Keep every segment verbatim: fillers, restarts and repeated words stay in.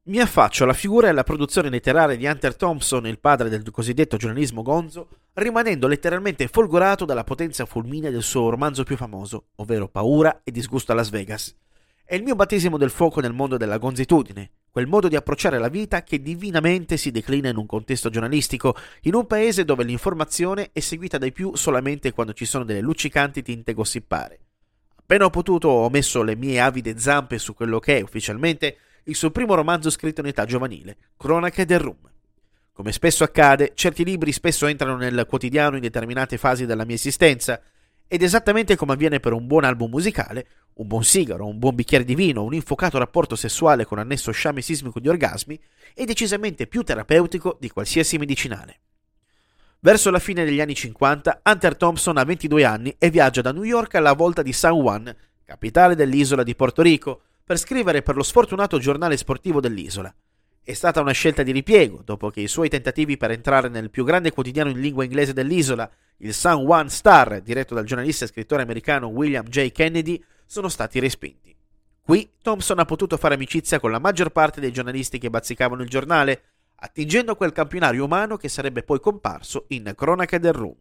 Mi affaccio alla figura e alla produzione letteraria di Hunter Thompson, il padre del cosiddetto giornalismo gonzo, rimanendo letteralmente folgorato dalla potenza fulminea del suo romanzo più famoso, ovvero Paura e disgusto a Las Vegas. È il mio battesimo del fuoco nel mondo della gonzitudine, quel modo di approcciare la vita che divinamente si declina in un contesto giornalistico, in un paese dove l'informazione è seguita dai più solamente quando ci sono delle luccicanti tinte gossipare. Appena ho potuto ho messo le mie avide zampe su quello che è, ufficialmente, il suo primo romanzo scritto in età giovanile, Cronache del Rum. Come spesso accade, certi libri spesso entrano nel quotidiano in determinate fasi della mia esistenza, ed esattamente come avviene per un buon album musicale, un buon sigaro, un buon bicchiere di vino, un infuocato rapporto sessuale con annesso sciame sismico di orgasmi, è decisamente più terapeutico di qualsiasi medicinale. Verso la fine degli anni cinquanta, Hunter Thompson ha ventidue anni e viaggia da New York alla volta di San Juan, capitale dell'isola di Porto Rico, per scrivere per lo sfortunato giornale sportivo dell'isola. È stata una scelta di ripiego, dopo che i suoi tentativi per entrare nel più grande quotidiano in lingua inglese dell'isola, il San Juan Star, diretto dal giornalista e scrittore americano William J. Kennedy, sono stati respinti. Qui Thompson ha potuto fare amicizia con la maggior parte dei giornalisti che bazzicavano il giornale, attingendo quel campionario umano che sarebbe poi comparso in Cronache del Rum.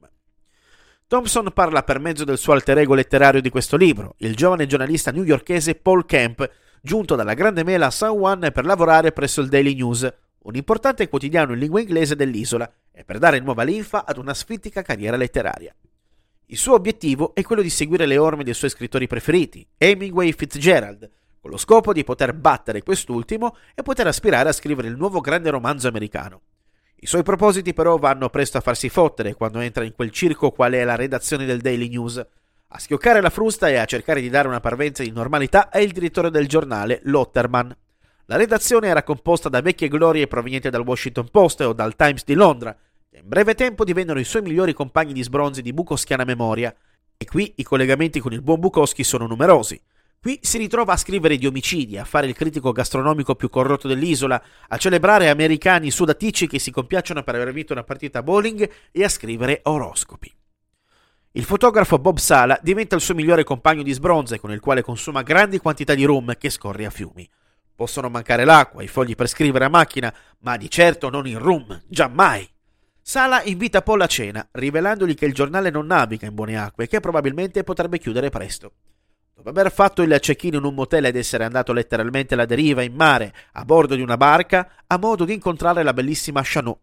Thompson parla per mezzo del suo alter ego letterario di questo libro, il giovane giornalista newyorkese Paul Kemp, giunto dalla Grande Mela a San Juan per lavorare presso il Daily News, un importante quotidiano in lingua inglese dell'isola, e per dare nuova linfa ad una sfittica carriera letteraria. Il suo obiettivo è quello di seguire le orme dei suoi scrittori preferiti, Hemingway e Fitzgerald, con lo scopo di poter battere quest'ultimo e poter aspirare a scrivere il nuovo grande romanzo americano. I suoi propositi però vanno presto a farsi fottere quando entra in quel circo quale è la redazione del Daily News. A schioccare la frusta e a cercare di dare una parvenza di normalità è il direttore del giornale, Lotterman. La redazione era composta da vecchie glorie provenienti dal Washington Post o dal Times di Londra, che in breve tempo divennero i suoi migliori compagni di sbronzi di bukowskiana memoria. E qui i collegamenti con il buon Bukowski sono numerosi. Qui si ritrova a scrivere di omicidi, a fare il critico gastronomico più corrotto dell'isola, a celebrare americani sudaticci che si compiacciono per aver vinto una partita a bowling e a scrivere oroscopi. Il fotografo Bob Sala diventa il suo migliore compagno di sbronze, con il quale consuma grandi quantità di rum che scorre a fiumi. Possono mancare l'acqua, i fogli per scrivere a macchina, ma di certo non il rum, giammai! Sala invita Paul a cena, rivelandogli che il giornale non naviga in buone acque e che probabilmente potrebbe chiudere presto. Dopo aver fatto il check-in in un motel ed essere andato letteralmente alla deriva in mare a bordo di una barca, ha modo di incontrare la bellissima Chanot,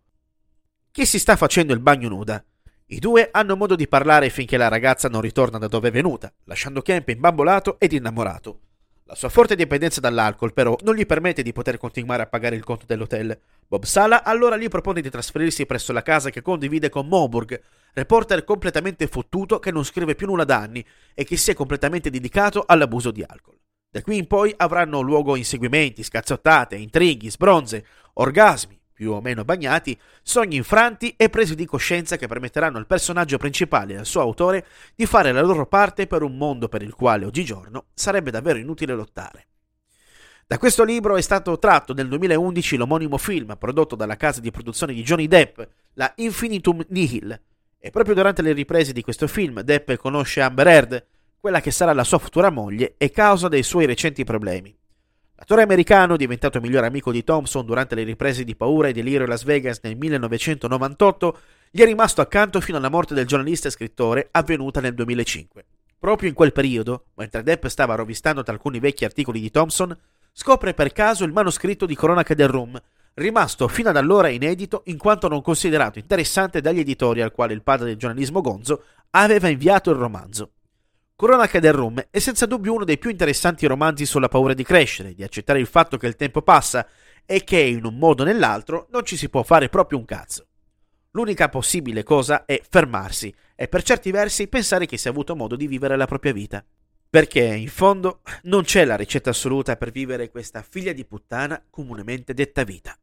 che si sta facendo il bagno nuda. I due hanno modo di parlare finché la ragazza non ritorna da dove è venuta, lasciando Kemp imbambolato ed innamorato. La sua forte dipendenza dall'alcol, però, non gli permette di poter continuare a pagare il conto dell'hotel. Bob Sala allora gli propone di trasferirsi presso la casa che condivide con Moburg, reporter completamente fottuto che non scrive più nulla da anni e che si è completamente dedicato all'abuso di alcol. Da qui in poi avranno luogo inseguimenti, scazzottate, intrighi, sbronze, orgasmi, più o meno bagnati, sogni infranti e prese di coscienza che permetteranno al personaggio principale e al suo autore di fare la loro parte per un mondo per il quale oggigiorno sarebbe davvero inutile lottare. Da questo libro è stato tratto nel duemilaundici l'omonimo film prodotto dalla casa di produzione di Johnny Depp, la Infinitum Nihil, e proprio durante le riprese di questo film Depp conosce Amber Heard, quella che sarà la sua futura moglie e causa dei suoi recenti problemi. L'attore americano, diventato migliore amico di Thompson durante le riprese di Paura e Delirio a Las Vegas nel millenovecentonovantotto, gli è rimasto accanto fino alla morte del giornalista e scrittore avvenuta nel duemilacinque. Proprio in quel periodo, mentre Depp stava rovistando tra alcuni vecchi articoli di Thompson, scopre per caso il manoscritto di Cronache del Rum, rimasto fino ad allora inedito in quanto non considerato interessante dagli editori al quale il padre del giornalismo gonzo aveva inviato il romanzo. Cronache del Rum è senza dubbio uno dei più interessanti romanzi sulla paura di crescere, di accettare il fatto che il tempo passa e che in un modo o nell'altro non ci si può fare proprio un cazzo. L'unica possibile cosa è fermarsi e per certi versi pensare che si è avuto modo di vivere la propria vita. Perché, in fondo, non c'è la ricetta assoluta per vivere questa figlia di puttana comunemente detta vita.